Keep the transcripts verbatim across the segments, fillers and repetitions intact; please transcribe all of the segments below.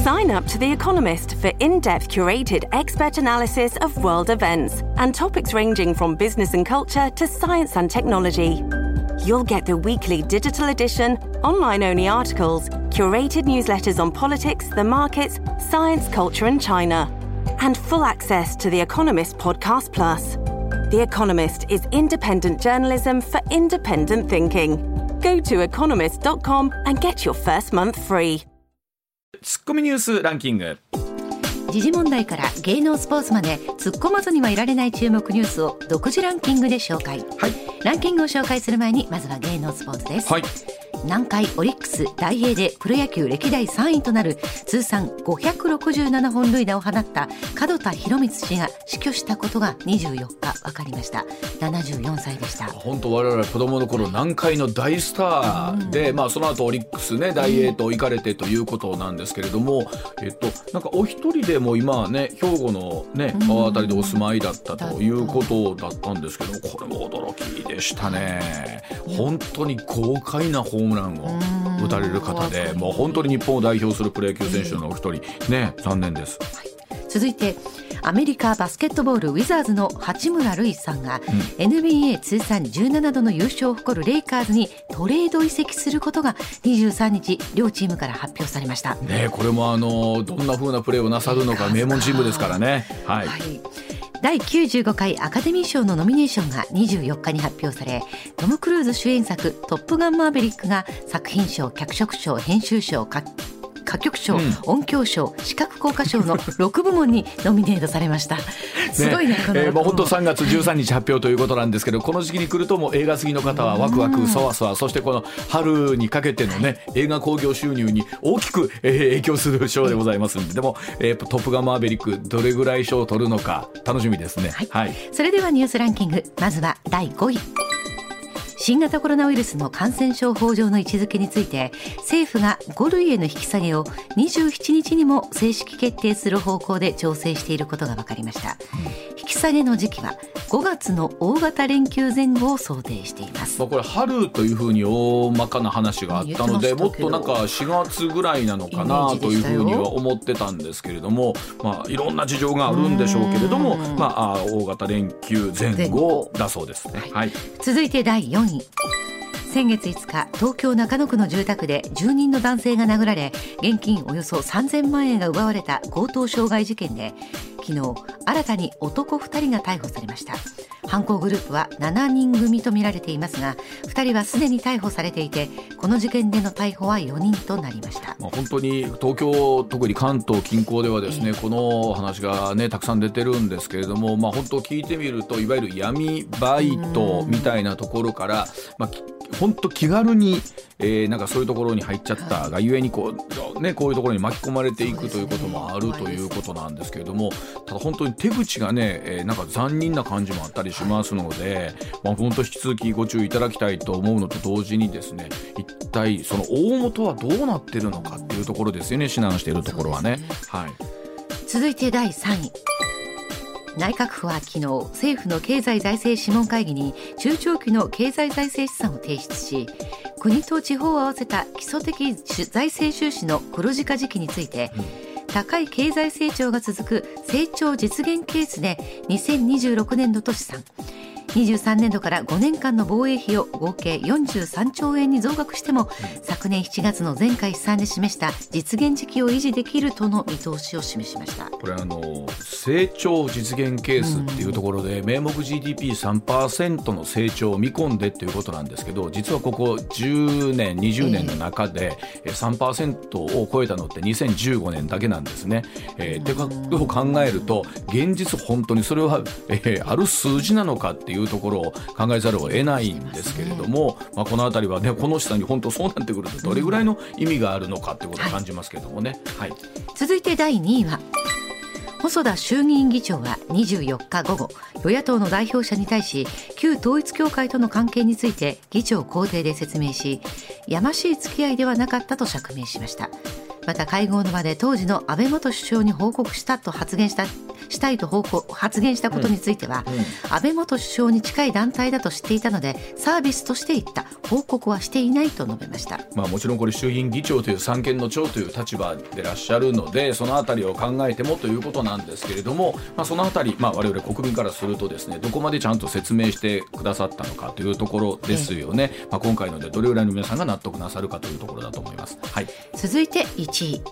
Sign up to The Economist for in-depth curated expert analysis of world events and topics ranging from business and culture to science and technology. You'll get the weekly digital edition, online-only articles, curated newsletters on politics, the markets, science, culture and China, and full access to The Economist Podcast Plus. The Economist is independent journalism for independent thinking. Go to economist dot com and get your first month free. ツッコミニュースランキング。 時事問題から芸能スポーツまで突っ込まずにはいられない注目ニュースを独自ランキングで紹介、はい、ランキングを紹介する前にまずは芸能スポーツです、はい、南海オリックスダイエーでプロ野球歴代さんいとなる通算ごひゃくろくじゅうななほん塁打を放った門田博光氏が死去したことがにじゅうよっか分かりました。ななじゅうよんさいでした。 本当我々子供の頃南海の大スターで、まあ、その後オリックスねダイエーと行かれてということなんですけれども、えっと、なんかお一人でも今はね兵庫のね川辺りでお住まいだったということだったんですけども、これも驚きでしたね。本当に豪快なホームランを打たれる方で、もう本当に日本を代表するプロ野球選手のお一人ね、残念です、はい。 続いてアメリカバスケットボールウィザーズの八村塁さんが、うん、エヌビーエー 通算じゅうななどの優勝を誇るレイカーズにトレード移籍することがにじゅうさんにち両チームから発表されました、 ね、これもあのどんな風なプレーをなさるのか名門チームですからね、はいはい。 だいきゅうじゅうごかいアカデミー賞のノミネーションがにじゅうよっかに発表され、トム・クルーズ主演作トップガンマーヴェリックが作品賞、脚色賞、編集賞、歌曲賞、うん、音響賞、視覚効果賞のろくぶもんにノミネートされましたすごいね、この、 えーまあ、本当さんがつじゅうさんにち発表ということなんですけど、この時期に来るともう映画好きの方はワクワクそわそわ、そしてこの春にかけてのね映画興行収入に大きく、えー、影響する賞でございますんで、でも、えー、トップガンマーヴェリックどれぐらい賞を取るのか楽しみですね、はいはい。 それではニュースランキング、まずはだいごい。新型コロナウイルスの感染症法上の位置づけについて政府がご類への引き下げをにじゅうしちにちにも正式決定する方向で調整していることが分かりました、うん、引き下げの時期はごがつの大型連休前後を想定しています、 まあ、これ春というふうに大まかな話があったので、もっとなんかしがつぐらいなのかなというふうには思ってたんですけれども、まあ、いろんな事情があるんでしょうけれども、まあ、大型連休前後だそうですね、はいはい。 続いてだいよんい。先月いつか東京中野区の住宅で住人の男性が殴られ現金およそさんぜんまんえんが奪われた強盗傷害事件で、昨日新たに男ふたりが逮捕されました。犯行グループはしちにん組とみられていますが、ふたりはすでに逮捕されていて、この事件での逮捕はよにんとなりました。 まあ、本当に東京、特に関東近郊ではですね、えー、この話が、ね、たくさん出てるんですけれども、まあ、本当聞いてみるといわゆる闇バイトみたいなところから、まあ本当気軽に、えー、なんかそういうところに入っちゃったがゆえにこう、ね、こういうところに巻き込まれていくということもあるということなんですけれども、ただ本当に手口がね、えー、なんか残忍な感じもあったりしますので、まあ、本当引き続きご注意いただきたいと思うのと同時にですね、一体その大元はどうなってるのかっていうところですよね、指南しているところはね、はい。 続いてだいさんい。内閣府は昨日政府の経済財政諮問会議に中長期の経済財政試算を提出し、国と地方を合わせた基礎的財政収支の黒字化時期について、うん、高い経済成長が続く成長実現ケースでにせんにじゅうろくねんどと試算、にじゅうさんねんどからごねんかんの防衛費を合計よんじゅうさんちょうえんに増額しても、うん、昨年しちがつの前回試算で示した実現時期を維持できるとの見通しを示しました。 これあの成長実現ケースっていうところで、うん、名目 ジーディーピーさんパーセント の成長を見込んでっていうことなんですけど、実はここじゅうねんにじゅうねんの中で さんパーセント を超えたのってにせんじゅうごねんだけなんですね、えー、ってことを考えると現実本当にそれは、えー、ある数字なのかっていうところを考えざるを得ないんですけれども、まあ、このあたりはね、この下に本当そうなってくるとどれぐらいの意味があるのかっていうことを感じますけれどもね、はいはい。 続いてだいにいは細田衆議院議長はにじゅうよっかごご、与野党の代表者に対し旧統一教会との関係について議長公邸で説明し、やましい付き合いではなかったと釈明しました。また会合の場で当時の安倍元首相に報告したと発言したしたいと報告発言したことについては、うんうん、安倍元首相に近い団体だと知っていたのでサービスとして言った、報告はしていないと述べました。 まあ、もちろんこれ衆議院議長という三権の長という立場でいらっしゃるので、そのあたりを考えてもということなんですけれども、まあ、そのあたり、まあ、我々国民からするとですね、どこまでちゃんと説明してくださったのかというところですよね。ええ、まあ、今回のでどれぐらいの皆さんが納得なさるかというところだと思います。はい、 続いていちい、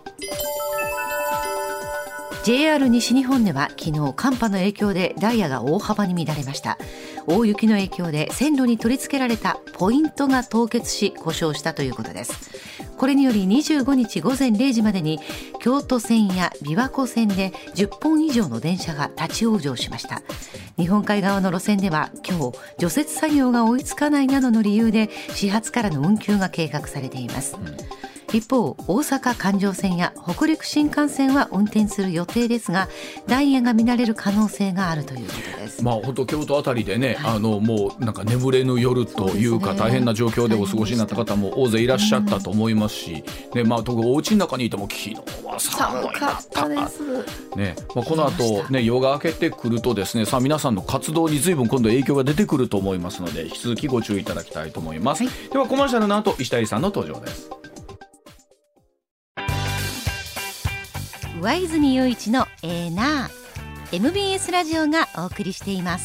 ジェイアール 西日本では昨日寒波の影響でダイヤが大幅に乱れました。大雪の影響で線路に取り付けられたポイントが凍結し故障したということです。これによりにじゅうごにちごぜんれいじまでに京都線や琵琶湖線でじゅっぽん以上の電車が立ち往生しました。日本海側の路線では今日除雪作業が追いつかないなどの理由で始発からの運休が計画されています。うん、一方、大阪環状線や北陸新幹線は運転する予定ですが、ダイヤが乱れる可能性があるということです。 まあ、本当京都あたりでね、はい、あのもうなんか眠れぬ夜というか、大変な状況でお過ごしになった方も大勢いらっしゃったと思いますし、ね、まあ、特にお家の中にいても昨日は寒かったです、ね。まあ、この後、ね、夜が明けてくるとですね、さあ皆さんの活動に随分今度影響が出てくると思いますので、引き続きご注意いただきたいと思います。はい、ではコマーシャルの後、石谷さんの登場です。 上泉雄一のエーナー エムビーエス ラジオがお送りしています。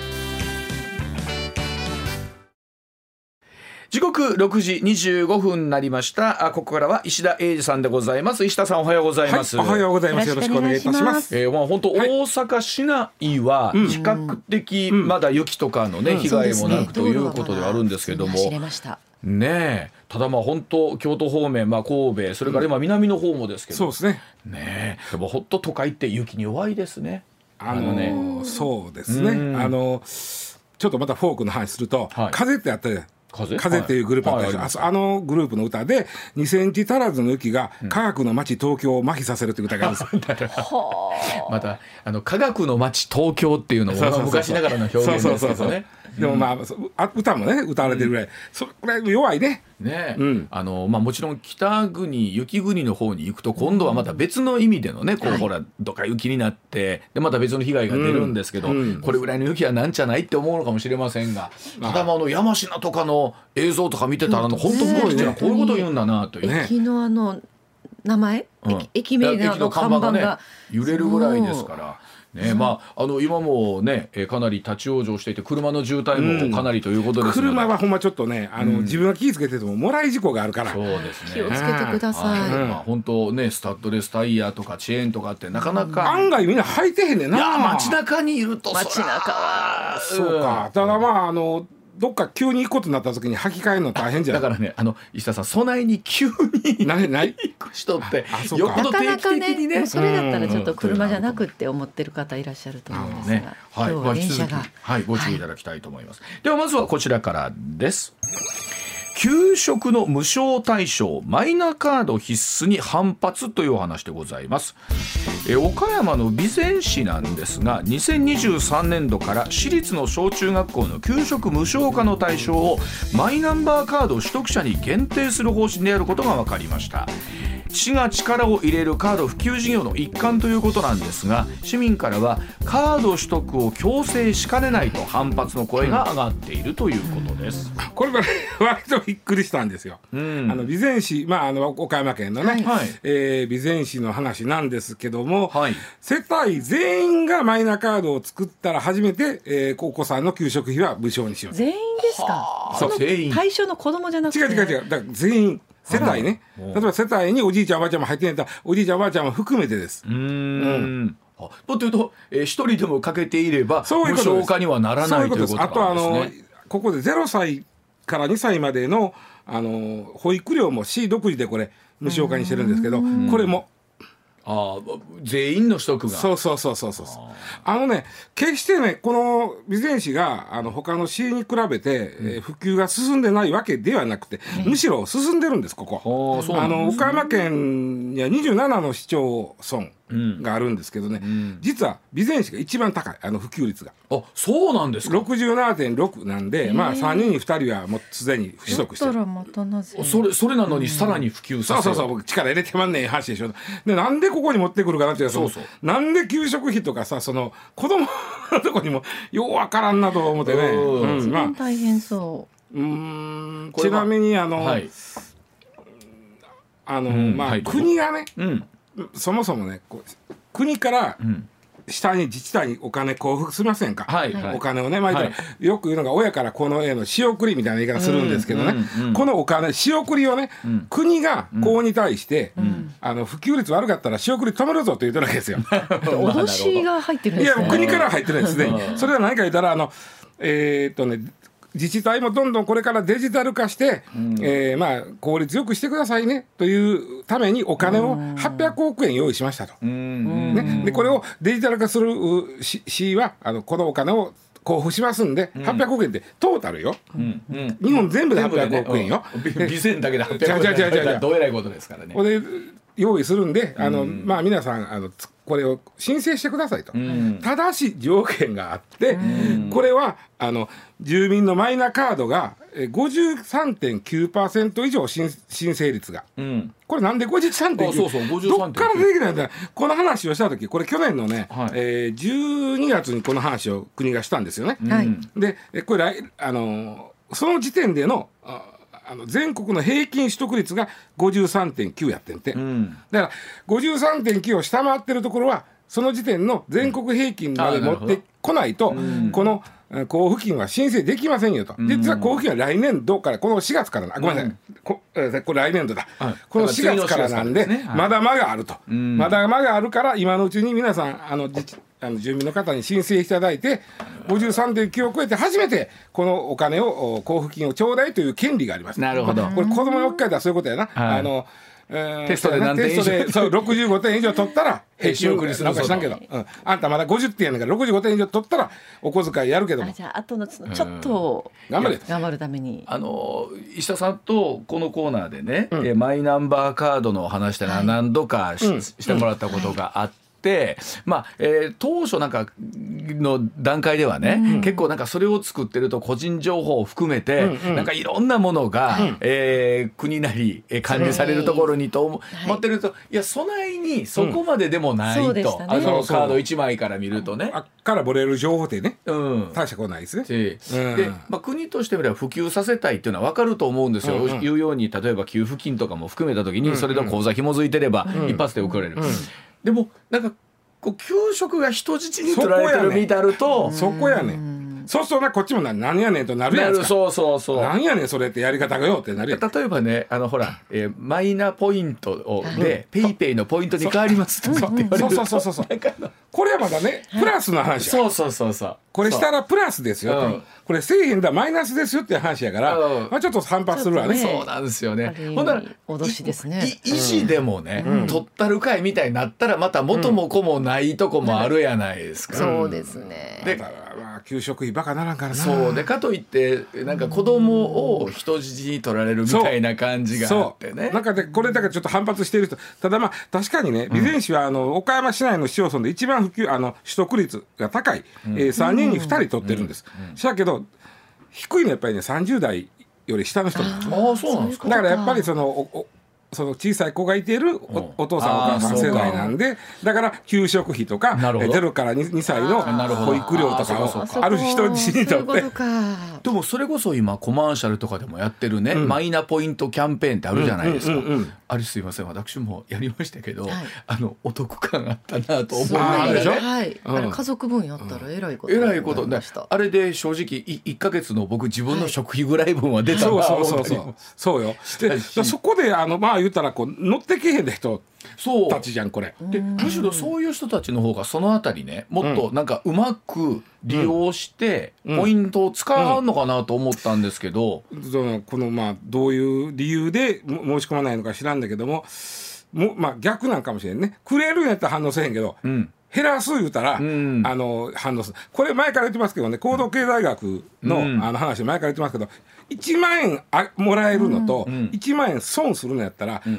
時刻ろくじにじゅうごふんになりました。ここからは石田英二さんでございます。石田さん、おはようございます。 はい、おはようございます。よろしくお願いいたします。 えーまあ、本当、はい、大阪市内は比較的まだ雪とかの、ね、うん、被害もなく、ということではあるんですけども、ねえ、ただまあ本当京都方面、まあ、神戸、それから今南の方もですけど、 そうですね。 ねえ、でもほっと都会って雪に弱いですね。 あのね、そうですね。あのちょっとまたフォークの話すると、はい、風ってあったじゃん。風, 風っていうグループあったでしょ、はい、あ, あのグループの歌でにセンチ足らずの雪が科学の街東京を麻痺させるという歌があるんですよ。 またあの科学の街東京っていうのも昔ながらの表現ですけどね。 でもまあ歌もね歌われてるぐらい、うん、それぐらい弱いね。 ね、うん、あのまあ、もちろん北国雪国の方に行くと今度はまた別の意味でのね、こう、はい、ほらどか雪になってでまた別の被害が出るんですけど、うんうん、これぐらいの雪はなんじゃないって思うのかもしれませんが、ただ、まあ、あの山科とかの映像とか見てたら、本当に雪っていうのはこういうことを言うんだなという、ね、 駅のあの名前、うん、駅名がの看板が、ね、 揺れるぐらいですからね。まあ、あの今もねかなり立ち往生していて車の渋滞もかなりということですので、 うん、車はほんまちょっとねあの、うん、自分が気をつけててももらい事故があるから、 そうですね、 気をつけてください。 まあ、本当ねスタッドレスタイヤとかチェーンとかってなかなか、 案外みんな履いてへんねんな。 いや街中にいると街中はそうか。ただまああのどっか急に行くことになった時に履き替えるの大変じゃん。 だからね、あの石田さん、備えに急にないない行く人ってよっぽど定期的にね、 なかなかね、それだったらちょっと車じゃなくって思ってる方いらっしゃると思うんですが、ね、はい、今日は電車が、 はい、ご注意いただきたいと思います。はい、ではまずはこちらからです。給食の無償対象マイナカード必須に反発というお話でございます。え岡山の備前市なんですが、にせんにじゅうさんねんどから私立の小中学校の給食無償化の対象をマイナンバーカード取得者に限定する方針であることが分かりました。市が力を入れるカード普及事業の一環ということなんですが、市民からはカード取得を強制しかねないと反発の声が上がっているということです。 これが割とびっくりしたんですよ。うん、あの備前市、まあ、あの岡山県のね、はいえー、備前市の話なんですけども、はい、世帯全員がマイナカードを作ったら初めて、えー、お子さんの給食費は無償にしよう。 全員ですか？そう、全員。対象の子供じゃなくて。 違う違う違う。だから全員。世帯ね、例えば世帯におじいちゃんおばあちゃんも入ってんだったらおじいちゃんおばあちゃんも含めてです。うーん、 うん、というと、えー、一人でもかけていれば無償化にはならないということなんですね。あとあのここでゼロさいからにさいまでの、あの保育料も市独自でこれ無償化にしてるんですけど、これもあ全員の取得がそうそうそうそうそうあ, あのね決してねこの備前市があの他の市に比べて、うんえー、普及が進んでないわけではなくて、うん、むしろ進んでるんですここ。あの岡山県にはにじゅうななの市町村があるんですけどね、うん、実は備前市が一番高い、あの普及率が。 あ、そうなんですか。 ろくじゅうななてんろく なんで、まあさんにんにふたりはもうすでに取得してる。 またなぜそれ、それなのにさらに普及させる、 そうそうそう、僕力入れてまんねん話でしょ。でなんでここに持ってくるかなっていうと、そうそう、なんで給食費とかさ、その子供のとこにもようわからんなと思ってね、 うん、まあ、大変そう。 うーん、ちなみにあの、はい、あの、うん、まあ、はい、国がね、うん、そもそもね、こう国から下に自治体にお金交付しませんか、はい、お金をね、まあ、はい、よく言うのが親からこの絵の仕送りみたいな言い方するんですけどね、うんうんうん、このお金仕送りをね、うん、国が公に対して、うん、あの普及率悪かったら仕送り止めるぞと言ってるわけですよ。 脅しが入ってるんですね。 いや、国から入ってるんですね。それは何か言ったら、あのえー、っとね自治体もどんどんこれからデジタル化して、うん、えー、まあ効率よくしてくださいねというためにお金をはっぴゃくおくえん用意しましたと、うんね、でこれをデジタル化する市はあのこのお金を交付しますんで、うん、はっぴゃくおくえんってトータルよ、うんうん、日本全部ではっぴゃくおくえんよ、 備前だけではっぴゃくおくえんどえらいことですからね。 で用意するんで、あの、うん、まあ皆さんあのこれを申請してくださいと、うん、ただし条件があって、うん、これはあの住民のマイナカードが ごじゅうさんてんきゅうパーセント 以上申請率が、うん、これなんで ごじゅうさんてんきゅう どっから出てきたんだ。この話をした時、これ去年のね、はい、えー、じゅうにがつにこの話を国がしたんですよね、はい、でこれあのその時点でのあの全国の平均取得率が ごじゅうさんてんきゅう やってんて、うん、だから ごじゅうさんてんきゅう を下回ってるところはその時点の全国平均まで持ってこないと、うん、この交付金は申請できませんよと、うん、実は交付金は来年度からこのしがつからな、ごめんなさい、うん、こ, これ来年度だ、はい、このしがつからなんで、ね、はい、まだ間があると、うん、まだ間があるから今のうちに皆さんあの自治あの住民の方に申請いただいて ごじゅうさんてんきゅう を超えて初めてこのお金を交付金をちょうだいという権利があります。 なるほど、 まあ、これ子供の置き換えたらそういうことやな、はい、あのえー、 テストで何点以上テストでそうろくじゅうごてん以上取ったら平均送りするなんかしたんけど、うん、あんたまだごじゅってんやねんからろくじゅうごてん以上取ったらお小遣いやるけども、 あ、じゃあ後のちょっと頑張れ頑張るために、 あの石田さんとこのコーナーでね、うん、えマイナンバーカードの話ってのは何度か し,、はい、してもらったことがあって、でまあえー、当初なんかの段階ではね、うん、結構なんかそれを作ってると個人情報を含めて、うんうん、なんかいろんなものが、うん、えー、国なり管理されるところにと思ってると、はい、いや備えにそこまででもないと、うん、ね、あのカードいちまいから見るとね、 あっから漏れる情報ってね、うん、大したことないですね。 で、まあ、国としてみれば普及させたいっていうのは分かると思うんですよ、うんうん、いうように例えば給付金とかも含めた時にそれと口座紐づいてれば一発で送られる、うんうん、でもなんかこう給食が人質に取られてるみたいなるとそこやねん、そうそうな、こっちも何やねんとなるやんか。 そうそうそう、 何やねんそれってやり方がよってなるやん。 例えばね、あのほら、えー、マイナポイントをで、うん、ペイペイのポイントに変わりますとかって言われると、 そうそうそうそうこれはまだねプラスの話や、 そうそうそうそう、 これしたらプラスですよ、うん、これせえへんだマイナスですよっていう話やから、うん、まあ、ちょっと反発するわね。 そうなんですよね。ほんなら脅しですね。 意思でもね、うん、取ったるかいみたいになったらまた元も子もないとこもあるやないですか、 うん、そうですね。 で、まあ、給食費バカならんからな。 そうで、かといってなんか子供を人質に取られるみたいな感じがあってね、 なんかでこれだからちょっと反発している人、ただまあ確かにね、備前市はあの岡山市内の市町村で一番普及あの取得率が高い、うん、えー、さんにんにふたり取ってるんです、うんうん、だけど低いのはやっぱりねさんじゅうだいより下の人なんです。 ああ、そうなんですか。 だからやっぱりそのおおその小さい子がいている お, お父さんお母さん世代なんで、だから給食費とかゼロから 2, 2歳の保育料とかをある人質にとって、 でもそれこそ今コマーシャルとかでもやってるね、うん、マイナポイントキャンペーンってあるじゃないですか、うんうんうんうん、あれすいません私もやりましたけど、はい、あのお得感あったなと思いながらね、 はい、うん、あれ家族分やったらえらいこと、 えらいことね、あれで正直いっかげつの僕自分の食費ぐらい分は出たな、はい、 そうそうそうそうそうよ。でそこであのまあ言ったらこう乗ってけへんで人たちじゃんこれで、むしろそういう人たちの方がそのあたりねもっとなんかうまく利用してポイントを使うのかなと思ったんですけど、 うんうん、このまあどういう理由で申し込まないのか知らんだけども、もまあ逆なんかもしれんね。くれるんやったら反応せへんけど、うん、減らす言うたら、うん、あの反応する。これ前から言ってますけどね、高度経済学 の,、うん、あの話前から言ってますけど、いちまんえんあもらえるのと、うん、いちまんえん損するのやったら、うん、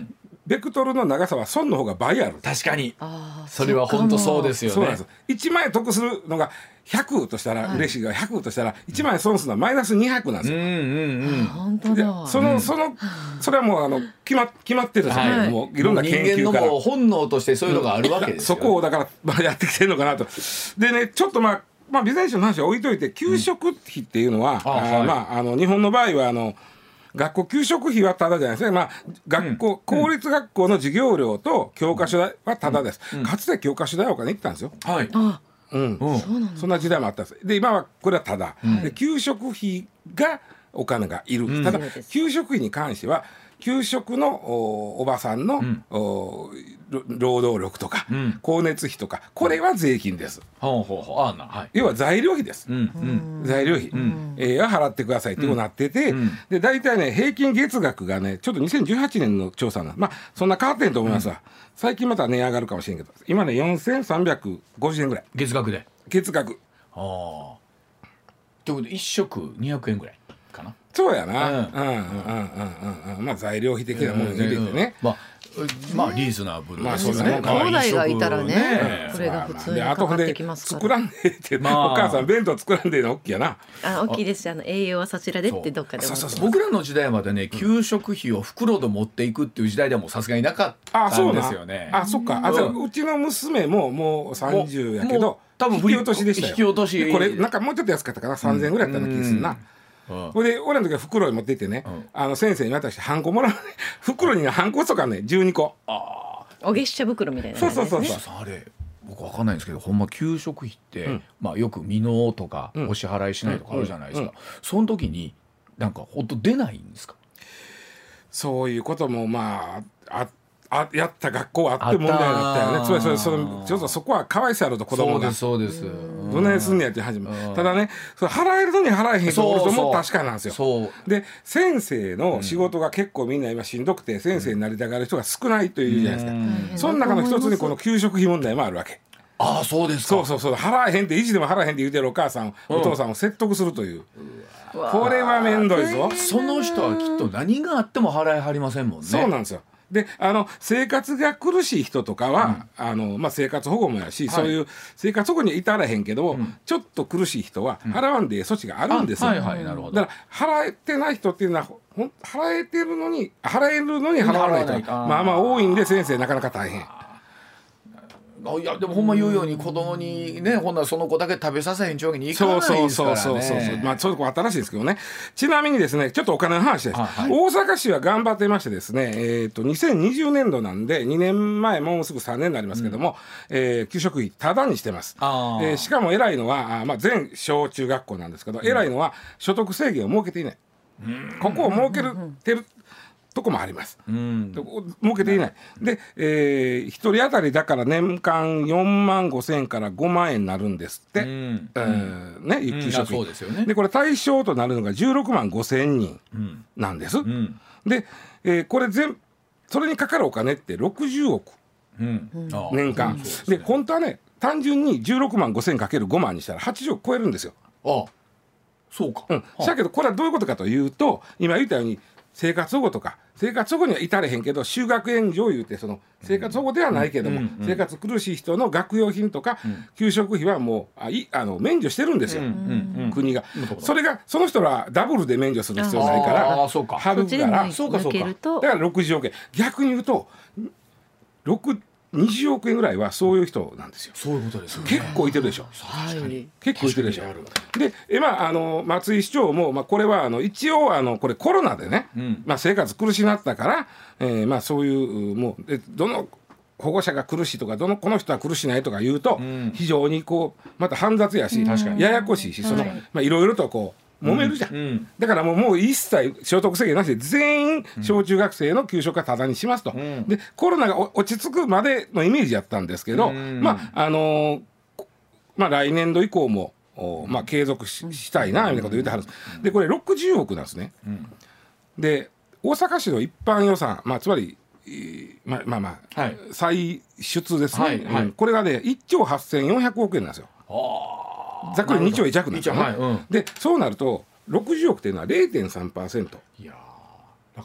ベクトルの長さは損の方が倍ある。 確かにあそれは本当そうですよね。 そうなんです。いちまん円得するのがひゃくとしたら、はい、嬉しいがひゃくとしたらいちまん円損するのはマイナスにひゃくなんですよ。うんうんうん、本当だ。 そのそのそれはもうあの決ま決まってるんですよ、はい、もういろんな研究から人間のもう本能としてそういうのがあるわけですよ、 そこをだから、まあ、やってきてるのかなと。でねちょっとまあまあビザインの話は置いといて給食費っていうのは、うん、ああ、はい、まああの日本の場合はあの学校給食費はタダじゃないですね。まあ学校、うん、公立学校の授業料と教科書代はタダです、うん、かつて教科書代はお金いったんですよ。はい。あうんうん、そ, うそんな時代もあったんです。で今はこれはタダ、うん、で給食費がお金がいる、うん、ただ給食費に関しては給食の お, おばさんの、うん、労働力とか、うん、光熱費とかこれは税金です、うん、要は材料費です、うんうん、材料費、うんえー、は払ってくださいってことになってて、うん、で大体ね平均月額がねちょっとにせんじゅうはちねんの調査なんまあそんな変わってんと思いますわ、うん、最近また値上がるかもしれんけど今ねよんせんさんびゃくごじゅうえんぐらい月額で月額あということでいっ食にひゃくえんぐらいかな。 そうやな、うんうんうんうんうん、まあ材料費的なものに入れてね、うんうんうん、 まあまあリーズナブルですね。 まあ、兄弟がいたらね、ねこれが普通にかかってきますから。 作らんでって、まあ、お母さん弁当作らんでの大きいやな。 あ大きいですし、あの栄養はそちらでってどっかで思ってます。 僕らの時代までね、給食費を袋で持っていくっていう時代でもさすがになかったんですよね。 あ、そっか。あ、じゃあうちの娘ももうさんじゅうやけど、多分引き落としでしたよ。 引き落とし。 これなんかもうちょっと安かったかな、さんぜんえんぐらいやったような気がするな。それで俺の時は袋に持って行ってね、うん、あの先生に渡してハンコもらうね袋にねハンコとかねじゅうにこあお月謝袋みたいな、 ね、そうそうそうそうあれ僕分かんないんですけどほんま給食費って、うんまあ、よく未納とかお支払いしないとかあるじゃないですか、うんうんうん、その時になんかほんと出ないんですか。 そういうこともまあああやった学校あって問題になったよね。つまりそれそのちょっとそこはかわいそうやろと子供がそうですそうですどないすんねやって始めただねそれ払えるのに払えへん人おる人も確かなんですよ。そうで先生の仕事が結構みんな今しんどくて先生になりたがる人が少ないというじゃないですか、うん、その中の一つにこの給食費問題もあるわけ。 ああそうですか。 そうそうそう払えへんって意地でも払えへんって言うてるお母さんお父さんを説得するという、うん、これはめんどいぞ。 その人はきっと何があっても払いはりませんもんね。 そうなんですよ。であの生活が苦しい人とかは、うんあのまあ、生活保護もやし、はい、そういう生活保護に至らへんけど、うん、ちょっと苦しい人は払わんで措置があるんですよ、うんはいはい、なるほど。だから払えてない人っていうのはほん払えてるのに払えるのに払わない人がまあまあ多いんで先生なかなか大変。 いやでもほんま言うように子供にねほんならその子だけ食べさせへんちゅうわけにいかないですからね。そうそうそうそうそうまあそういうとこ新しいですけどね。ちなみにですねちょっとお金の話です、はい、大阪市は頑張っていましてですね、えー、とにせんにじゅうねんどなんでにねんまえもうすぐさんねんになりますけども、うんえー、給食費タダにしてます。あ、えー、しかも偉いのはあ、まあ、全小中学校なんですけど、うん、偉いのは所得制限を設けていない、うん、ここを設ける、うんてるとこもあります、うん、設けていないで、えー、ひとり当たりだから年間よんまんごせんえんからごまんえんになるんですって、うんえーね、給食費、うんですよね、でこれ対象となるのがじゅうろくまんごせんにんなんです、うん、で、えー、これ全それにかかるお金ってろくじゅうおく、うん、年間、うんで, で本当はね単純にじゅうろくまんごせんかけるごまんにしたらはちじゅうおく超えるんですよ。 ああそうか、 うん、だけどこれはどういうことかというと今言ったように生活保護とか生活保護には至れへんけど就学援助を言うてその生活保護ではないけども、うんうんうん、生活苦しい人の学用品とか、うん、給食費はもうあいあの免除してるんですよ、うんうんうん、国が、うん、それがその人らはダブルで免除する必要ないからあそうか省くからそうかそうかだからろくじゅうおくえん逆に言うとにじゅうおくえんぐらいはそういう人なんですよ。 そういうことですよね。 結構いてるでしょ。 確かに結構いてるでしょ。で、えまああの松井市長もまあこれはあの一応あのこれコロナでね、うん、まあ生活苦しなったから、えー、まあそういうもうでどの保護者が苦しいとかどのこの人は苦しないとか言うと、うん、非常にこうまた煩雑やし、確かにややこしいし、その、はい、まあいろいろとこう。揉めるじゃん、うんうん、だからもう、もう一切所得制限なしで全員小中学生の給食はタダにしますと、うん、でコロナが落ち着くまでのイメージやったんですけど、うん、まああのー、まあ来年度以降も、まあ、継続 し, したいなみたいなこと言ってはるんです。でこれろくじゅうおくなんですね、うん、で大阪市の一般予算、まあ、つまりまあまあまあ、はい、歳出ですね、はいはいうん、これがねいっちょうはっせんよんひゃくおくえんなんですよ。ざっくりにちょう弱なんですよね、はいうん、でそうなるとろくじゅうおくっていうのは れいてんさんパーセント。 いやだから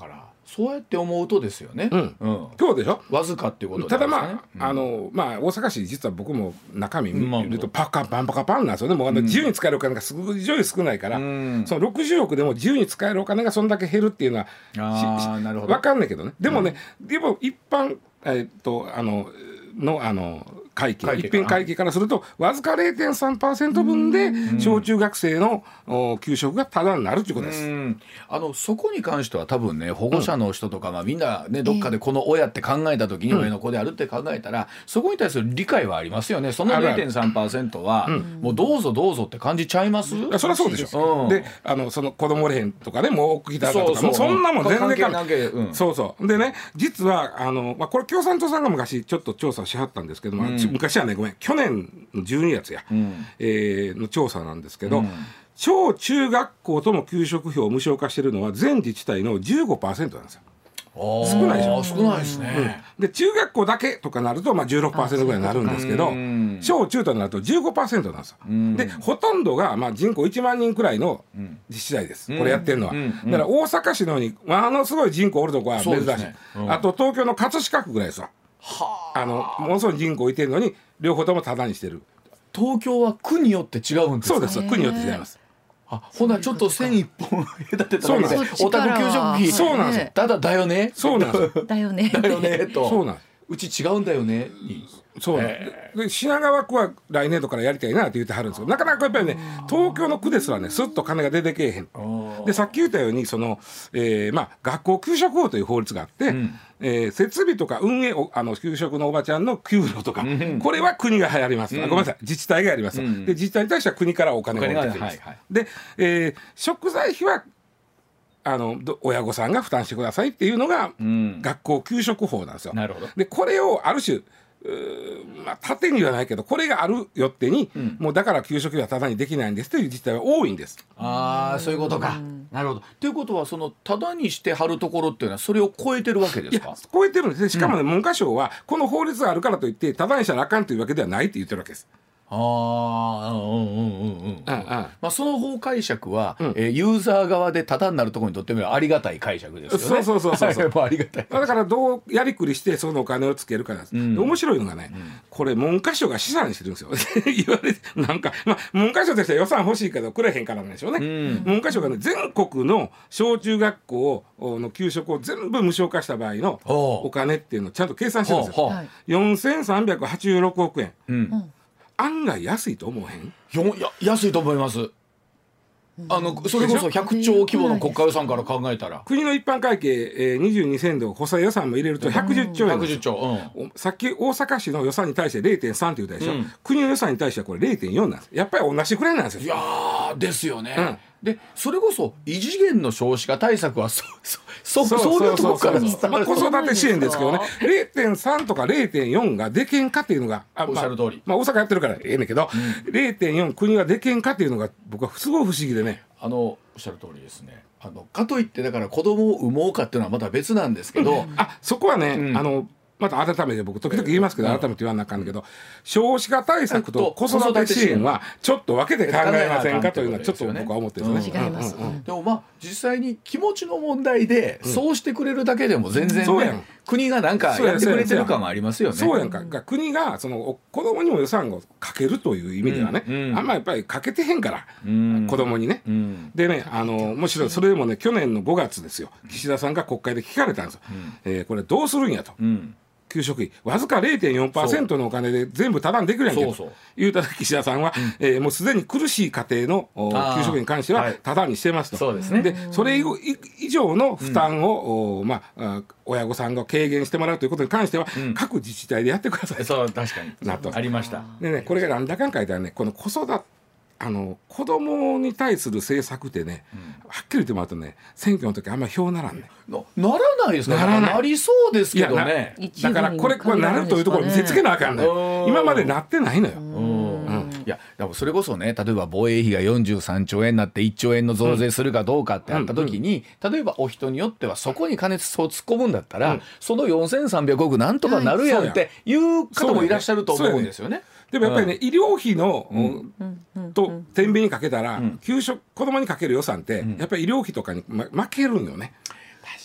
そうやって思うとですよね、 うんうん、そうでしょ。 わずかっていうことですね。ただまあ、うん、あのまあ大阪市実は僕も中身見るとパカパンパカパンなんですよね。もうあの自由に使えるお金がすごい非常に少ないから、うん、そのろくじゅうおくでも自由に使えるお金がそんだけ減るっていうのはあなるほど分かんないけどね。でもね、うん、でも一般えー、っとあののあの会計一品会計からするとわずか れいてんさんパーセント 分で小中学生の給食がタダになるということです。 うんあのそこに関しては多分ね保護者の人とか、うんまあ、みんなねどっかでこの親って考えた時に、うん、親の子であるって考えたらそこに対する理解はありますよね。その れいてんさんパーセント は、うん、もうどうぞどうぞって感じちゃいます。 いやそりゃそうでしょ、うん、であのその子供れへんとかねもう送りたかとかそうそうもうそんなもん全然関係ない、うん、そうそうでね実はあの、まあ、これ共産党さんが昔ちょっと調査しはったんですけども、うん、昔はねごめん去年のじゅうにがつや、うんえー、の調査なんですけど、うん、小中学校とも給食費を無償化しているのは全自治体の じゅうごパーセント なんですよ。少ないでしょ。 少ないですね、 うん、で中学校だけとかなると、まあ、じゅうろくパーセント ぐらいになるんですけど小中となると じゅうごパーセント なんですよ。でほとんどが、まあ、人口いちまんにんくらいの自治体です、これやってるのは。だから大阪市のようにものすごい人口おるとこは珍しい、ねうん、あと東京の葛飾区ぐらいですわ。はあのものすごい人口いてるのに両方ともタダにしてる。 東京は区によって違うんですか。 そうです区によって違います。 あほなちょっと線一本隔てただけでお宅給食費そうなんですよ。 ただだよねそうなんですよだよねだよねとそうなんです。 うち違うんだよねそうなんですで品川区は来年度からやりたいなって言ってはるんですけどなかなかやっぱりね東京の区ですらねすっと金が出てけえへん。でさっき言ったようにその、えーまあ、学校給食法という法律があって、うんえー、設備とか運営あの給食のおばちゃんの給料とか、うん、これは国がやります、うん、ごめんなさい自治体がやります、うん、で自治体に対しては国からお金を下りてきます、はいはい、で、えー、食材費はあの親御さんが負担してくださいっていうのが、うん、学校給食法なんですよ。 なるほど。 でこれをある種まあ、縦にはないけどこれがあるよってに、うん、もうだから給食費はタダにできないんですという自治体は多いんです。 ああそういうことか、うん、なるほど。ということはそのタダにして貼るところっていうのはそれを超えてるわけですか。いや超えてるんです。しかもね、うん、文科省はこの法律があるからといってタダにしたらあかんというわけではないって言ってるわけです。 ああうんうんうんうんまあその法解釈は、うんえー、ユーザー側でタダになるところにとってみればありがたい解釈ですよね。 そうそうそうそうありがたい。 だからどうやりくりしてそのお金をつけるかなんです、うん、で面白いのがね、うん、これ文科省が試算してるんですよ言われてなんか、まあ、文科省としては予算欲しいけどくれへんからなんでしょうね、うん、文科省がね全国の小中学校の給食を全部無償化した場合のお金っていうのをちゃんと計算してるんですよ。よんせんさんびゃくはちじゅうろくおくえん、うん案外安いと思うへん。 よや安いと思います。あのそれこそひゃくちょう規模の国家予算から考えたら国の一般会計、えー、にじゅうにせんど補正予算も入れるとひゃくじゅっちょうえん、 ひゃくじゅっちょう、うん、 さっき大阪市の予算に対して れいてんさん って言ったでしょ、うん、国の予算に対してはこれ れいてんよん なんです。やっぱり同じくらいなんですよ。 いやーですよね、うんでそれこそ異次元の少子化対策はそそそそういうところからスタート。 子育て支援ですけどね れいてんさん とか れいてんよん がでけんかっていうのがあ、 おっしゃる通り、 まあ、大阪やってるからええねんけど、うん、れいてんよん 国がでけんかっていうのが僕はすごい不思議でね。 あのおっしゃる通りですね。あのかといってだから子供を産もうかっていうのはまた別なんですけど、うん、 あそこはね、うん、あのまた改めて僕時々言いますけど改めて言わなあかんけど少子化対策と子育て支援はちょっと分けて考えませんかというのはちょっと僕は思ってるんですね。 違います。 でもまあ実際に気持ちの問題でそうしてくれるだけでも全然ね国がなんかやってくれてる感はありますよね。 そうやんか。国がその子供にも予算をかけるという意味ではねあんまやっぱりかけてへんから子供にね。でねあのむしろそれでもね去年のごがつですよ岸田さんが国会で聞かれたんですよ。えこれどうするんやと。給食費わずか れいてんよんパーセント のお金で全部タダにできるやんけと言うたら岸田さんは、うんえー、もうすでに苦しい家庭の給食費に関してはタダにしてますと。 そうですね。 でそれ以上の負担を、うんまあ、親御さんが軽減してもらうということに関しては、うん、各自治体でやってください。 そう確かになとありました。 でねこれがなんだかんかいたらねこの子育てあの子供に対する政策ってね、うん、はっきり言ってもらうとね選挙の時あんまり票ならんね。 な, ならないですか。 な, らないなりそうですけどね。 だからこれこれなるというところを見せつけなあかんね。今までなってないのよ。うんいやでもそれこそね例えば防衛費がよんじゅうさんちょうえんになっていっちょうえんの増税するかどうかってあった時に、うんうん、例えばお人によってはそこに金を突っ込むんだったら、うん、そのよんせんさんびゃくおくなんとかなるやんっていう方もいらっしゃると思うんですよね。 でもやっぱりね、うん、医療費の、うん、と天秤にかけたら、うん、給食子供にかける予算って、うん、やっぱり医療費とかに、ま、負けるんよね。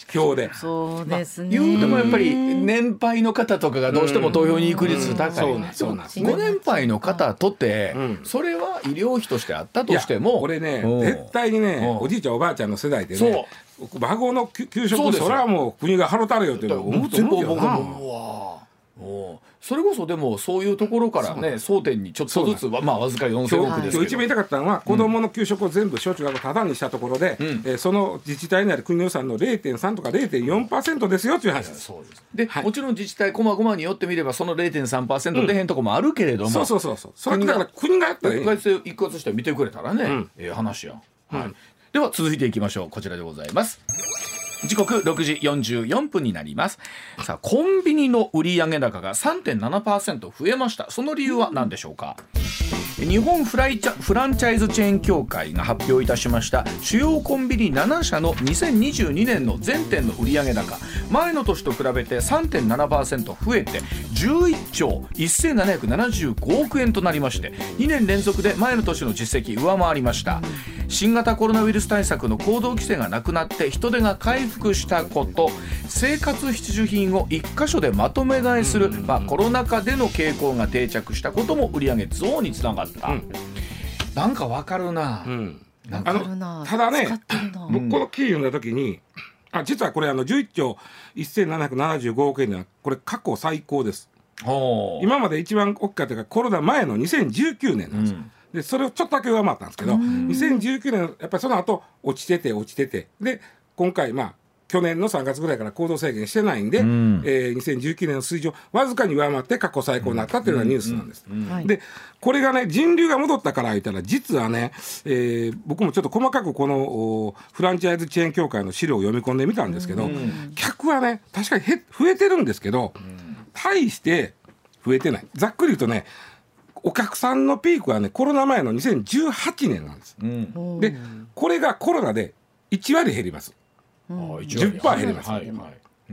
票で。 そうですね、 言うてもやっぱり年配の方とかがどうしても投票に行く率高い。 そうなんです。 ご年配の方とてそれは医療費としてあったとしても、 これね絶対にねおじいちゃんおばあちゃんの世代でね孫の給食それはもう国が払ったれよって思うと思うけどな。 それこそでもそういうところからね争点にちょっとずつまあわずかよんせんおくですけど、 今日一番言いたかったのは子どもの給食を全部小中学校タダにしたところで、うんえー、その自治体にある国の予算の ゼロてんさん とか ゼロてんよんパーセント ですよという話です。 そうですで、はい、もちろん自治体こまごまによってみればその ゼロてんさんパーセント 出へんとこもあるけれども、うん、 そうそうそうそうそれだから国がやったらいい一括一括して見てくれたらね、うん、ええ話や、はいうん、では続いていきましょう。こちらでございます。時刻ろくじよんじゅうよんぷんになります。さあコンビニの売上高が さんてんななパーセント 増えました。その理由は何でしょうか。日本フライチャフランチャイズチェーン協会が発表いたしました主要コンビニななしゃのにせんにじゅうにねんの全店の売上高、前の年と比べて さんてんななパーセント 増えてじゅういっちょうせんななひゃくななじゅうごおくえんとなりまして、にねん連続で前の年の実績上回りました。新型コロナウイルス対策の行動規制がなくなって人手が回復したこと、生活必需品を一箇所でまとめ買いする、まあ、コロナ禍での傾向が定着したことも売上増につながった、うん、なんかわかるな、うん、 なんかあのただね僕この記事読んだ時にあ実はこれあのじゅういっちょうせんななひゃくななじゅうごおくえんではこれ過去最高です。今まで一番大きかったのがコロナ前のにせんじゅうきゅうねんなんですよ、うんでそれをちょっとだけ上回ったんですけどにせんじゅうきゅうねんやっぱりその後落ちてて落ちててで今回まあ去年のさんがつぐらいから行動制限してないんで、うんえー、にせんじゅうきゅうねんの水準をわずかに上回って過去最高になったっていうのがニュースなんです、うんうんうん、でこれがね人流が戻ったから言ったら実はね、えー、僕もちょっと細かくこのフランチャイズチェーン協会の資料を読み込んでみたんですけど、うん、客はね確かにへ増えてるんですけど、うん、大して増えてない。ざっくり言うとねお客さんのピークはねコロナ前のにせんじゅうはちねんなんです、うん、でこれがコロナでいちわり減ります、うん、じゅっパーセント 減ります、はいはいはい、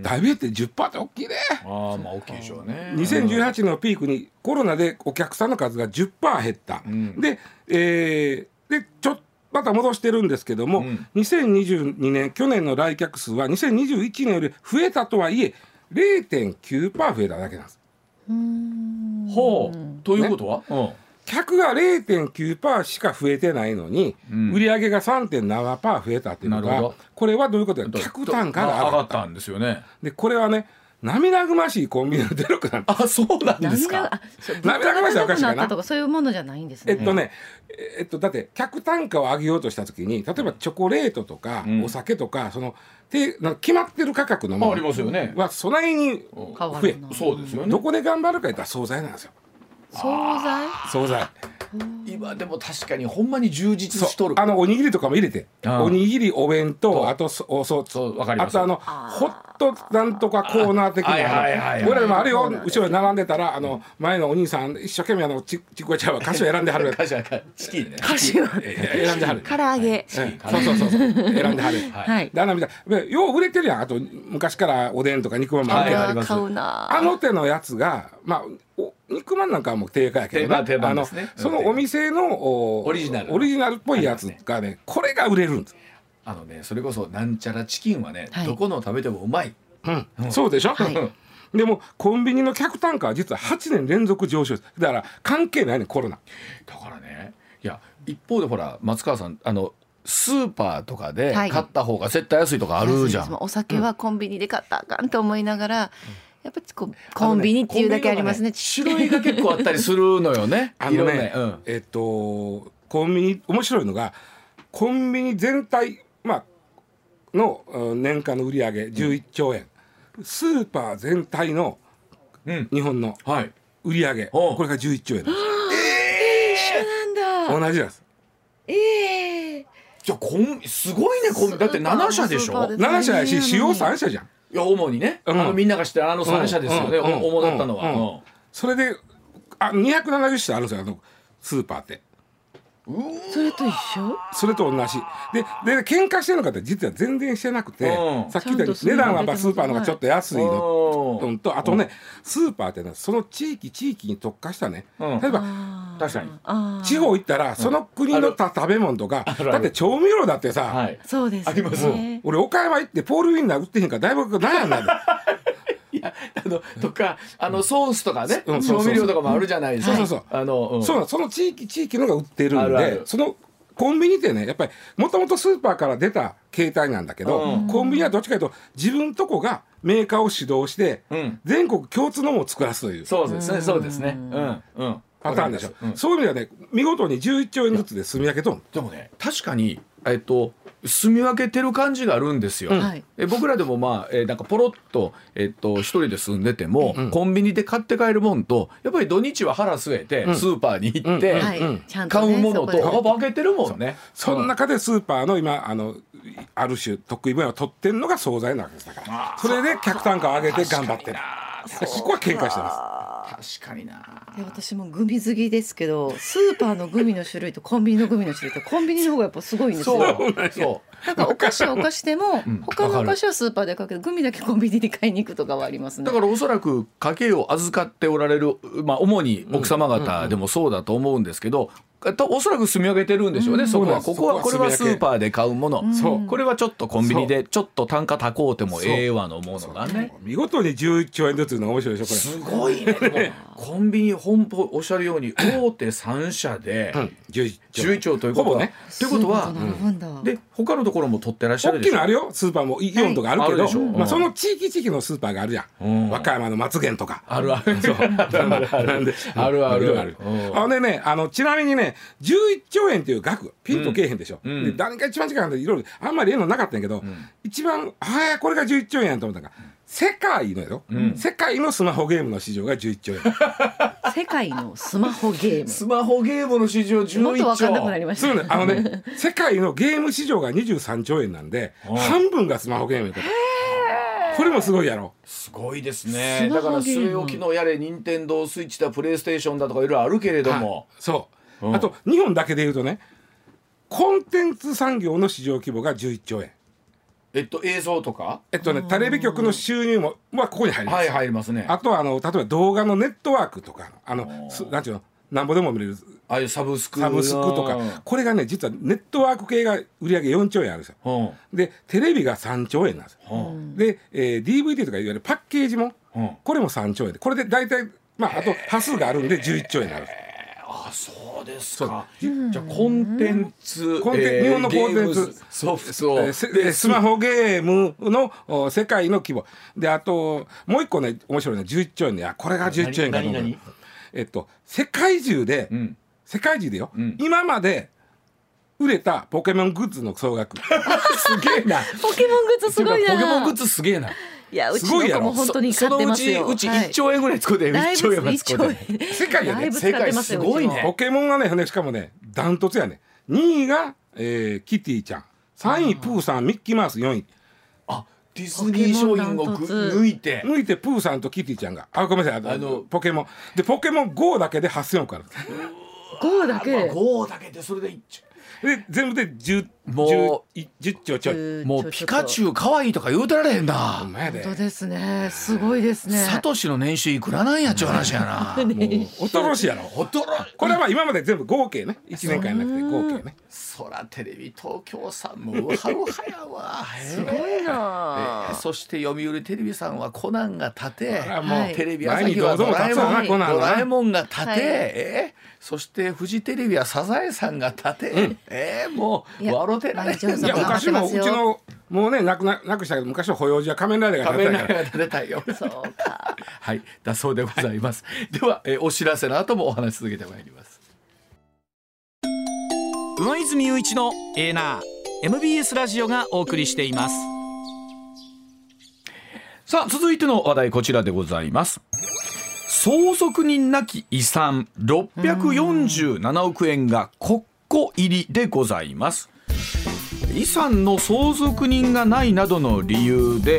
だいぶ減って じゅっパーセント って大きいね。 あまあ大きいでしょうね。 にせんじゅうはちねんのピークにコロナでお客さんの数が じゅっパーセント 減った、うん、で、えー、でちょっとまた戻してるんですけども、うん、にせんにじゅうにねん去年の来客数はにせんにじゅういちねんより増えたとはいえ ゼロてんきゅうパーセント 増えただけなんです。 うーんほうということは、ねうん、 客が ゼロてんきゅうパーセント しか増えてないのに、うん、売上が さんてんななパーセント 増えたっていうのがこれはどういうことで客単価が上がった、まあ、上がったんですよね。でこれはね涙ぐましいコンビニの努力なんです。 あそうなんですか。 涙ぐましいはおかしいかなとかそういうものじゃないんですね。 えっとねえっとだって客単価を上げようとしたときに例えばチョコレートとか、うん、お酒とかそのてなんか決まってる価格のものはそないに増え、 そうですよね。 どこで頑張るか言ったら惣菜なんですよ。 惣菜惣菜今でも確かにほんまに充実しとる。 あのおにぎりとかも入れておにぎりお弁当あとおそそうわかります。 あとあのホットなんとかコーナー的な俺らもあれよ後ろに並んでたらあの前のお兄さん一生懸命あのちちくわちゃんは菓子を選んではる菓子はチキンね菓子は選んではる唐揚げそうそうそう選んではるはいであのみたいよう売れてるやん。あと昔からおでんとか肉まんもあります。あの手のやつがまあお肉まんなんかはもう定価やけどな、 定番ですね。 そのお店のオリジナルオリジナルっぽいやつがねこれが売れるんです。 あのねそれこそなんちゃらチキンはね、はい、どこの食べてもうまい、 うんうん、そうでしょ、はい、でもコンビニの客単価は実ははちねん連続上昇です。だから関係ないねコロナだからね。いや一方でほら松川さんあのスーパーとかで買った方が絶対安いとかあるじゃん、 はい、お酒はコンビニで買ったらあかんと思いながら、うんやっぱこコンビニっていうだけありますね。 種類が結構あったりするのよね。 あのね、うん、えっとコンビニ面白いのがコンビニ全体、まあ、の年間の売り上げじゅういっちょうえん、うん、スーパー全体の日本の売り上げ、うん、これがじゅういっちょうえんなんです。 えー、一緒なんだ。 同じです。 えー、 じゃあコンすごいねコンビニだってななしゃでしょ。 ななしゃやし主要さんしゃじゃん。 いや主にね、うん、あのみんなが知ってるあのさんしゃですよね、うん、主だったのは、うんうん、 それであにひゃくななじゅっしゃあるんですよあのスーパーって。 それと一緒？ それと同じで、で喧嘩してるのかって実は全然してなくて、 うん、 さっき言ったように値段はやっぱスーパーの方がちょっと安いのと、あとね、スーパーってね、その地域地域に特化したね、うん、例えば確かに地方行ったらその国のた食べ物とか、だって調味料だってさ、はい、 そうですね、あります、うん、 俺岡山行ってポールウインナー売ってへんからだいぶ悩んだんだいやあのとかあのソースとかね、うん、調味料とかもあるじゃないですか。 そうそうそう、あの、うん、そうその地域地域のが売ってるんで、あるある、そのコンビニってね、やっぱりもともとスーパーから出た形態なんだけど、うん、コンビニはどっちかというと自分とこがメーカーを指導して、うん、全国共通のものを作らすという、 そうですね、そうですね、うんうん、 パターンでしょ、うん、そういう意味ではね、見事にじゅういっちょうえんずつで住み分けとん。 でもね、確かにえっと住み分けてる感じがあるんですよ、うん、え僕らでもまあ、えー、なんかポロッと、えっと、一人で住んでても、うん、コンビニで買って帰るもんとやっぱり土日は腹据えて、うん、スーパーに行って、うんうん、買うものと分けてるもんね。 その中でスーパーの今あのある種得意分野を取ってるのが惣菜なわけですだから、それで客単価を上げて頑張ってる。そこは喧嘩してます。 確かにな。 で私もグミ好きですけど、スーパーのグミの種類とコンビニのグミの種類とコンビニの方がやっぱすごいんですよ。 そうそうなんかお菓子はお菓子でも、うん、他のお菓子はスーパーで買うけどグミだけコンビニで買いに行くとかはありますね。 だからおそらく家計を預かっておられる、まあ、主に奥様方でもそうだと思うんですけど、おそらく住み分けてるんでしょうね、うん、そこはここはこれはスーパーで買うもの、そう、これはちょっとコンビニでちょっと単価高うてもええわのものがね、 見事にじゅういっちょうえんずつの面白いでしょこれ。 すごいね。でもコンビニ本舗おっしゃるように大手さんしゃでじゅういっちょうということは、ね、ということは、うん、で他のところも取ってらっしゃるでしょ。 大きなあるよ、スーパーもイオンとかあるけど、はい、まあ、その地域地域のスーパーがあるじゃん、うん、和歌山の松源とかあるあるそうなんであるあるあるあのね、あのちなみにねじゅういっちょうえんっていう額ピンとけえへんでしょ、うん、で誰が一番近いんでいろいろあんまりええのなかったんやけど、うん、一番ああこれがじゅういっちょうえんやんと思ったのが、世界のよ、うん、世界のスマホゲームの市場がじゅういっちょうえん。 世界のスマホゲームスマホゲームの市場じゅういっちょう。もっと分かんなくなりましたね。そうね、あのね世界のゲーム市場がにじゅうさんちょうえんなんで半分がスマホゲームやから、これもすごいやろ。 すごいですね。だから据え置きのやれ任天堂スイッチだプレイステーションだとかいろいろあるけれども、 そう、うん、あと日本だけでいうとね、コンテンツ産業の市場規模がじゅういっちょうえん。 えっと映像とかえっとねテレビ局の収入もまあここに入ります。 はい、入りますね。 あとはあの例えば動画のネットワークとかあのなんていうのなんぼでも見れるああいうサブスクサブスクとか、これがね実はネットワーク系が売り上げよんちょうえんあるんですよ、うん、でテレビがさんちょうえんなんですよ、うん、で、えー、ディーブイディー とかいわゆるパッケージも、うん、これもさんちょうえんで、これで大体まああと端数があるんでじゅういっちょうえんになる。 あ、そうですか。じゃあコンテンツ、 コンテン、えー、日本のコンテンツソフト、 えー、スマホゲームの世界の規模で、あともう一個ね面白いねじゅういっちょうえんで、あこれがじゅういっちょうえんかと思う。えっと世界中で、うん、世界中でよ、うん、今まで売れたポケモングッズの総額すげえな。 ポケモングッズすごいな。 ポケモングッズすげえな。 いやうちの子も本当に買ってますよ。 そのうちうちいっちょうえんぐらい使うて、いっちょうえんは使うて。 世界でね、 世界すごいね。 ポケモンがね、しかもねダントツやね。にいが、えー、キティちゃん、さんいプーさん、ミッキーマウス、よんい。 あ、ディズニー商品を抜いて抜いてプーさんとキティちゃんが、あごめんなさい、あのポケモンでポケモン ゴー だけではっせんおくある。 ゴー だけ、 まあ、ゴー だけでそれでいっちょで全部でじゅう、 もうじゅっちょうちょい。 もうピカチュウ可愛いとか言うてられへんな。 本当ですね、すごいですね。 サトシの年収いくらなんやっちゅう話やな。もう恐ろしいやろ。 驚これはまあ今まで全部合計ね、いちねんかんじゃなくて合計ね。 そらテレビ東京さんもウハウハやわ。 すごいな、 えー、そして読売テレビさんはコナンが立て、 もうテレビ朝日はドラえもん、 ドラえもんが立て、はい、えー、そしてフジテレビはサザエさんが立て、うん、えー、もう笑てられへん。 いや昔もうちのもうねなくななくしたけど、昔の保養児は仮面ライダーが立てたから。仮面ライダーが立てたよ。 そうか。 はい、だそうでございます。では、えー、お知らせの後もお話し続けてまいります。 上泉雄一のエーナー エムビーエス ラジオがお送りしています。 さあ続いての話題こちらでございます。相続人なき遺産ろっぴゃくよんじゅうななおくえんが国庫入りでございます。遺産の相続人がないなどの理由で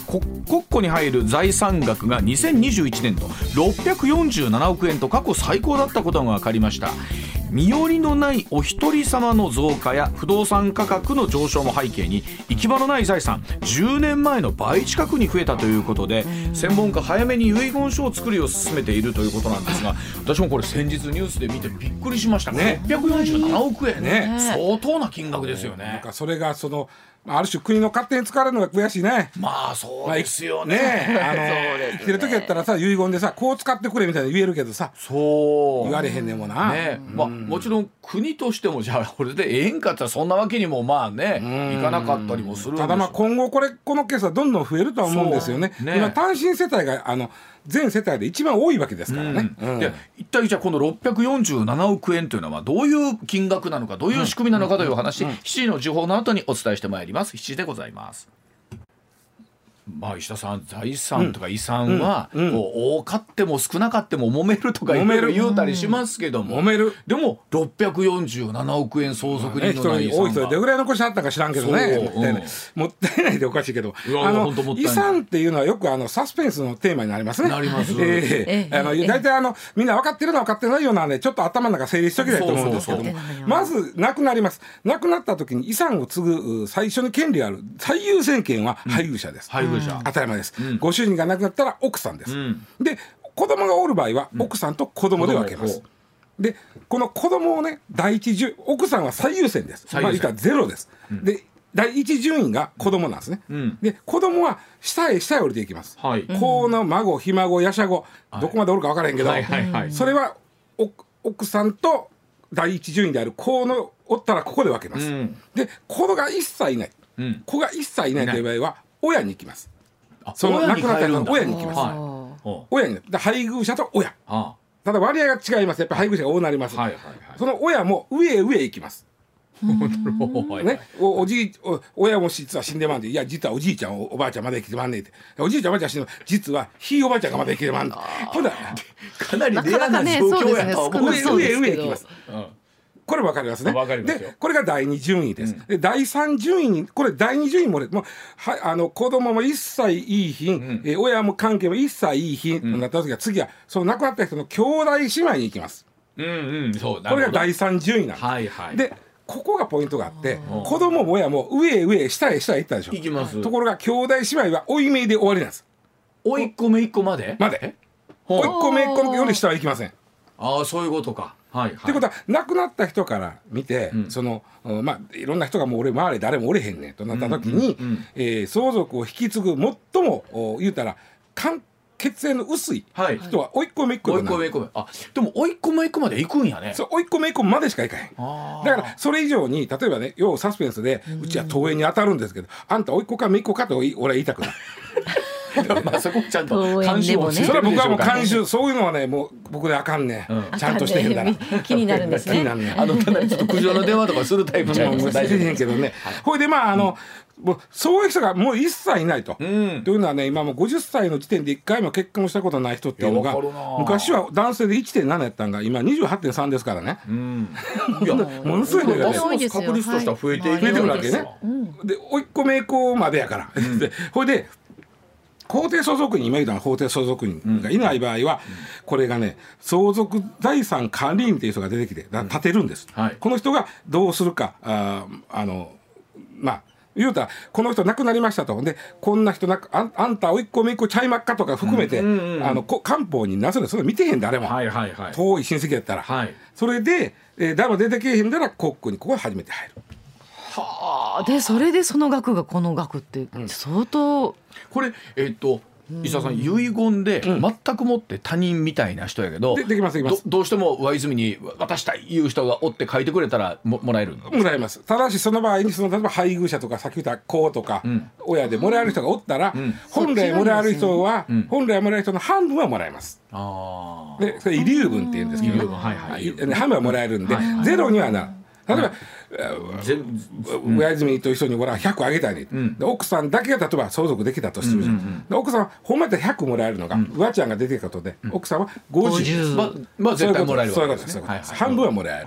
国庫に入る財産額がにせんにじゅういちねん度ろっぴゃくよんじゅうななおくえんと過去最高だったことが分かりました。身寄りのないお一人様の増加や不動産価格の上昇も背景に行き場のない財産じゅうねんまえの倍近くに増えたということで、専門家早めに遺言書を作るよう進めているということなんですが、私もこれ先日ニュースで見てびっくりしましたね。ろっぴゃくよんじゅうななおくえんね、相当な金額ですよね。 なんかそれがそのある種国の勝手に使われるのが悔しいね。 まあそうですよね。 ねあの生きてる時やったらさ遺言でさこう使ってくれみたいな言えるけどさ、 そう言われへんねんもな、 ねまあ、もちろん国としてもじゃあこれでええんかってそんなわけにもまあねいかなかったりもするんです。 ただまあ今後これこのケースはどんどん増えるとは思うんですよね。ね今単身世帯があの全世帯で一番多いわけですからね。 うんうん、で一体じゃあこのろっぴゃくよんじゅうななおくえんというのはどういう金額なのかどういう仕組みなのかという話、うんうんうん、しちじの時報の後にお伝えしてまいります。しちじでございます。まあ、石田さん財産とか遺産は、うんうん、こう多かっても少なかっても揉めるとかいろいろ言うたりしますけども、 揉めるでもろっぴゃくよんじゅうななおくえん相続人のない遺産が、 多い人でどれぐらい残しあったか知らんけどね、うん、もったいないでおかしいけどあの遺産っていうのはよくあのサスペンスのテーマになりますね。 なります、 えー、あの大体あのみんな分かってるの分かってないようなねちょっと頭の中整理しときたいと思うんですけども、まず亡くなります。亡くなった時に遺産を継ぐ最初に権利がある最優先権は配偶者です、 うん、配偶者当たり前です。うん、ご主人が亡くなったら奥さんです、うん、で子供がおる場合は奥さんと子供で分けます、うん、でこの子供をね第一順奥さんは最優先です。まあ言ったらゼロです、うん、で第一順位が子供なんですね、うん、で子供は下へ下へ降りていきます、はい、子の孫ひ孫やしゃご、はい、どこまでおるか分からへんけど、はいはいはい、それは奥さんと第一順位である子のおったらここで分けます、うん、で子が一切いない、うん、子が一切いないという場合は親に行きます。その亡くなった人の親に行きます、はい、親にだ配偶者と親、はあ、ただ割合が違います。やっぱり配偶者が多くなります、はいはいはい、その親も上へ上へ行きますね、お, おじいお親も実は死んでまんで、いや実はおじいちゃん お, おばあちゃんまだ生きてまんねえって、おじいちゃんおばあちゃん死んで実はひいおばあちゃんがまだ生きてまんねえほんだかなりレアな状況やと思う。 上へ上へ行きます、うんこれ分かりますね。でこれがだいに順位です、うん、でだいさん順位にこれだいに順位ももうはあの子供も一切いい品、うん、え親も関係も一切いい品となった時は、次はその亡くなった人の兄弟姉妹に行きます、うんうん、そうこれがだいさん順位なんです、はいはい、でここがポイントがあって、子供も親も上へ上へ下へ下へ行ったでしょ。行きます。ところが兄弟姉妹は追い目で終わりなんです。 追いっ子めいっ子までまで追いっ子めいっ子より下は行きません。 ああそういうことか。はいはい、 ってことは亡くなった人から見て、うん、そのまあいろんな人がもう俺周り誰もおれへんねんとなった時に、うんうんうんえー、相続を引き継ぐ最も言うたら関血縁の薄い人は甥っ子めいっ子となる、はい、 あでも甥っ子めいっ子まで行くんやね。 そう甥っ子めいっ子までしか行かへん。だからそれ以上に例えばね要サスペンスでうちは東映に当たるんですけど、あんた甥っ子かめいっ子かと俺は言いたくないまあそこちゃんと監修をしてるそれは僕はもう監修そういうのはねもう僕であかんね、うん、ちゃんとしてへんだら気になるんですね気になるねあのただちょっと苦情の電話とかするタイプじゃないですか。 大変けどね、はい、ほいでまああの、うん、もうそういう人がもう一切いないと、うん、というのはね今もうごじゅっさいの時点でいっかいも結婚したことない人っていうのが昔は男性で いってんなな やったんが今 にじゅうはちてんさん ですからね、うん、いやものすごいのがね確率としては増えていくわけね、うん、で甥っ子めいっ子までやから、うん、でほいで法定相続人今言ったの法定相続人がいない場合は、うん、これがね相続財産管理人という人が出てきて立てるんです、うんはい、この人がどうするかああのまあ言うたらこの人亡くなりましたとでこんな人な あ, あんたおいっ子めいっ子ちゃいまっかとか含めて、うんうんうん、あの官報になすのそれ見てへん誰も、はいはいはい、遠い親戚やったら、はい、それで、えー、誰も出てけえへんだら国庫にここが初めて入る。 はあ、でそれでその額がこの額って相当、うん、 これえー、っと石田さん遺言で全くもって他人みたいな人やけど、 うん、で, できますできますど, どうしても上泉に渡したいいう人がおって書いてくれたら も, もらえるのもらえます。ただしその場合にその例えば配偶者とかさっき言った子とか、うん、親でもらえる人がおったら、うん、本来もらえる人は、うん、本来もらえる人の半分はもらえます。あでそれ遺留分っていうんですけど、ねはいはい、半分はもらえるんで、はいはい、ゼロにはな例えば、うん、上泉と一緒に俺はひゃくあげたいね、うん、で奥さんだけが例えば相続できたとするじゃん、うんうんうん、で奥さんはほんまやったらひゃくもらえるのが、うん、上ちゃんが出てきたことで、うん、奥さんはごじゅう、 ままあ絶対もらえるわけですね。 そういうことです、はいはい、半分はもらえる。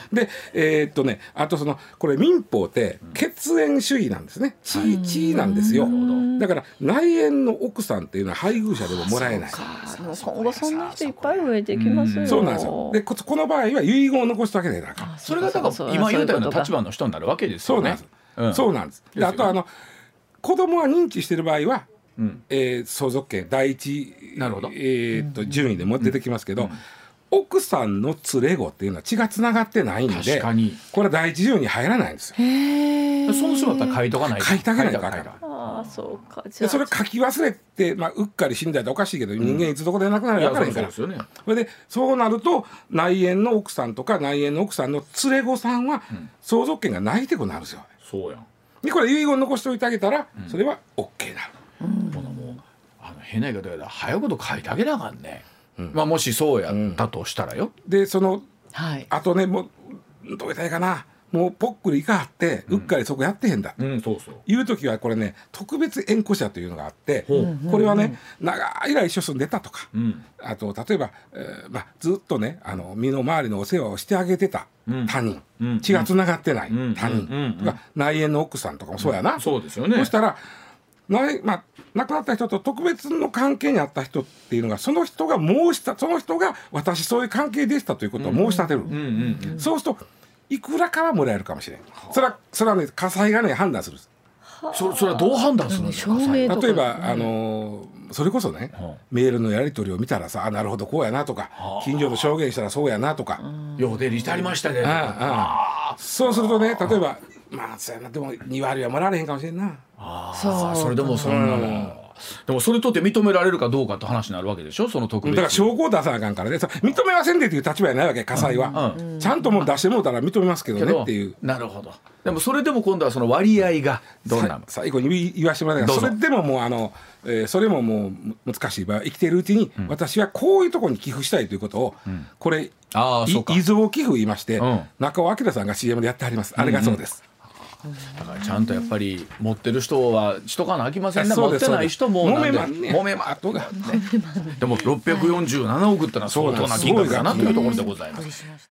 でえー、っとねあとそのこれ民法って血縁主義なんですね。血血なんですよ。だから内縁の奥さんっていうのは配偶者でももらえない。 今後そんな人いっぱい増えてきますよ。 そうなんですよ。で こ, この場合は遺言を残すだけでだから。 それがだから今言うたような立場の人になるわけですよね。 そうなんです、うん、そうなんです。であとあの子供は認知している場合は、うんえー、相続権第一、なるほど、えー、っと順位でも出てきますけど、うんうん、奥さんの連れ子っていうのは血がつながってないんで、確かにこれは第一順位に入らないんですよ。 へその人だったら書いとかないと。 書いてあげないとあかん。 あそうか。 じゃあそれ書き忘れて、まあ、うっかり死んだらおかしいけど、うん、人間いつどこで亡くなるか分からへんから、それでそうなると内縁の奥さんとか内縁の奥さんの連れ子さんは相続権がないってことになるんですよ。 そうやん。 でこれ遺言残しておいてあげたら、うん、それは OK になる。 うん、このもうあの変な言い方やだ早いこと書いてあげなあかんね。うんまあ、もしそうやったとしたらよ、 うん、でその、はい、あとねもうどうやったらいいかな、もうぽっくりいかはって、うん、うっかりそこやってへんだ、うん、そうそういう時はこれね特別縁故者というのがあって、うん、これはね長い間一緒住んでたとか、うん、あと例えば、えーまあ、ずっとねあの身の回りのお世話をしてあげてた他人、うん、血がつながってない他人とか内縁の奥さんとかもそうやな、うん、そうですよね。そしたらないまあ、亡くなった人と特別の関係にあった人っていうのがその人が申したその人が私そういう関係でしたということを申し立てる、うんうんうんうん、そうするといくらかはもらえるかもしれない。それはそれはね家裁がね判断する。 そ, それはどう判断するんですか。 例えば、あのー、それこそね、はあ、メールのやり取りを見たらさあなるほどこうやなとか、はあ、近所の証言したらそうやなとか、 よう出入りしてありましたね。ああああそうするとね例えばまあそうやなでもに割はもらわれへんかもしれんな。 あそうそれでもそんな、うん、でもそれとって認められるかどうかって話になるわけでしょ。その特別だから証拠を出さなあかんからね。認めませんでっていう立場じゃないわけ家裁は、うんうん、ちゃんともう出してもうたら認めますけどねっていう。 なるほど。でもそれでも今度はその割合がどうなの最後に言わせてもらいたいがそれでももうあの、えー、それももう難しい場合生きているうちに、うん、私はこういうところに寄付したいということを、うん、これあ遺贈寄付言いまして、うん、中尾明さんが シーエム でやってはります。あれがそうです、 うんうん、だからちゃんとやっぱり持ってる人はしとかなあきませんね。持ってない人も揉めまんね。 揉めまんとが、ね、でもろっぴゃくよんじゅうななおくってのは相当な金額だなというところでございます。